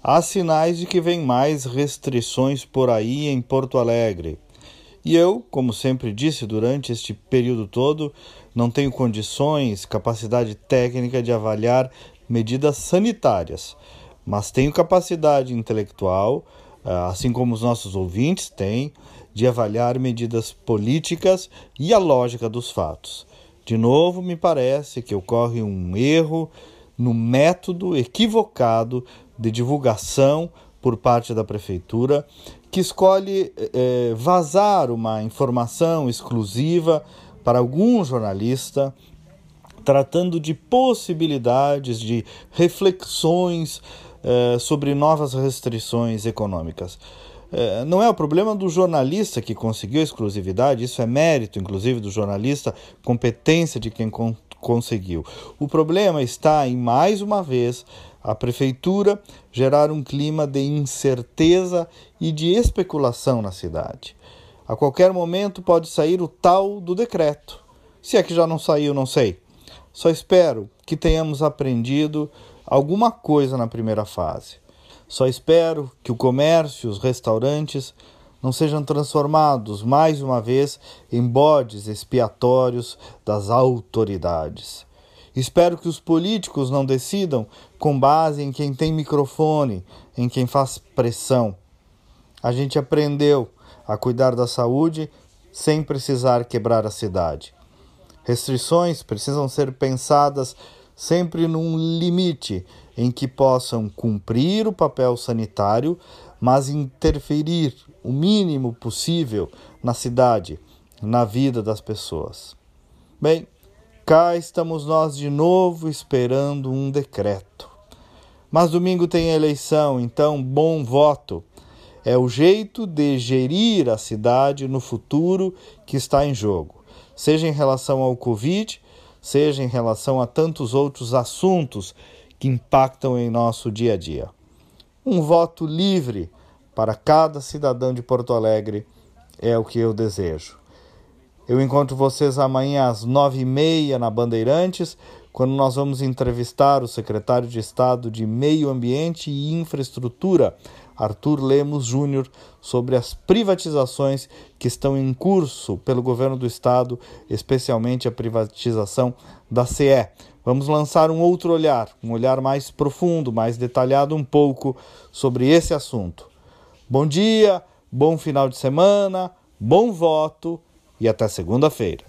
há sinais de que vem mais restrições por aí em Porto Alegre. E eu, como sempre disse durante este período todo, não tenho condições, capacidade técnica de avaliar medidas sanitárias, mas tenho capacidade intelectual, assim como os nossos ouvintes têm, de avaliar medidas políticas e a lógica dos fatos. De novo, me parece que ocorre um erro no método equivocado de divulgação por parte da Prefeitura, que escolhe vazar uma informação exclusiva para algum jornalista, tratando de possibilidades, de reflexões sobre novas restrições econômicas. Não é o problema do jornalista que conseguiu a exclusividade, isso é mérito, inclusive, do jornalista, competência de quem conseguiu. O problema está em, mais uma vez, a Prefeitura gerar um clima de incerteza e de especulação na cidade. A qualquer momento pode sair o tal do decreto. Se é que já não saiu, não sei. Só espero que tenhamos aprendido alguma coisa na primeira fase. Só espero que o comércio e os restaurantes não sejam transformados, mais uma vez, em bodes expiatórios das autoridades. Espero que os políticos não decidam com base em quem tem microfone, em quem faz pressão. A gente aprendeu a cuidar da saúde sem precisar quebrar a cidade. Restrições precisam ser pensadas sempre num limite em que possam cumprir o papel sanitário, mas interferir o mínimo possível na cidade, na vida das pessoas. Bem, cá estamos nós de novo esperando um decreto. Mas domingo tem eleição, então bom voto. É o jeito de gerir a cidade no futuro que está em jogo, seja em relação ao Covid, seja em relação a tantos outros assuntos que impactam em nosso dia a dia. Um voto livre para cada cidadão de Porto Alegre é o que eu desejo. Eu encontro vocês amanhã às 9h30 na Bandeirantes, quando nós vamos entrevistar o secretário de Estado de Meio Ambiente e Infraestrutura, Arthur Lemos Júnior, sobre as privatizações que estão em curso pelo governo do Estado, especialmente a privatização da CE. Vamos lançar um outro olhar, um olhar mais profundo, mais detalhado um pouco sobre esse assunto. Bom dia, bom final de semana, bom voto e até segunda-feira.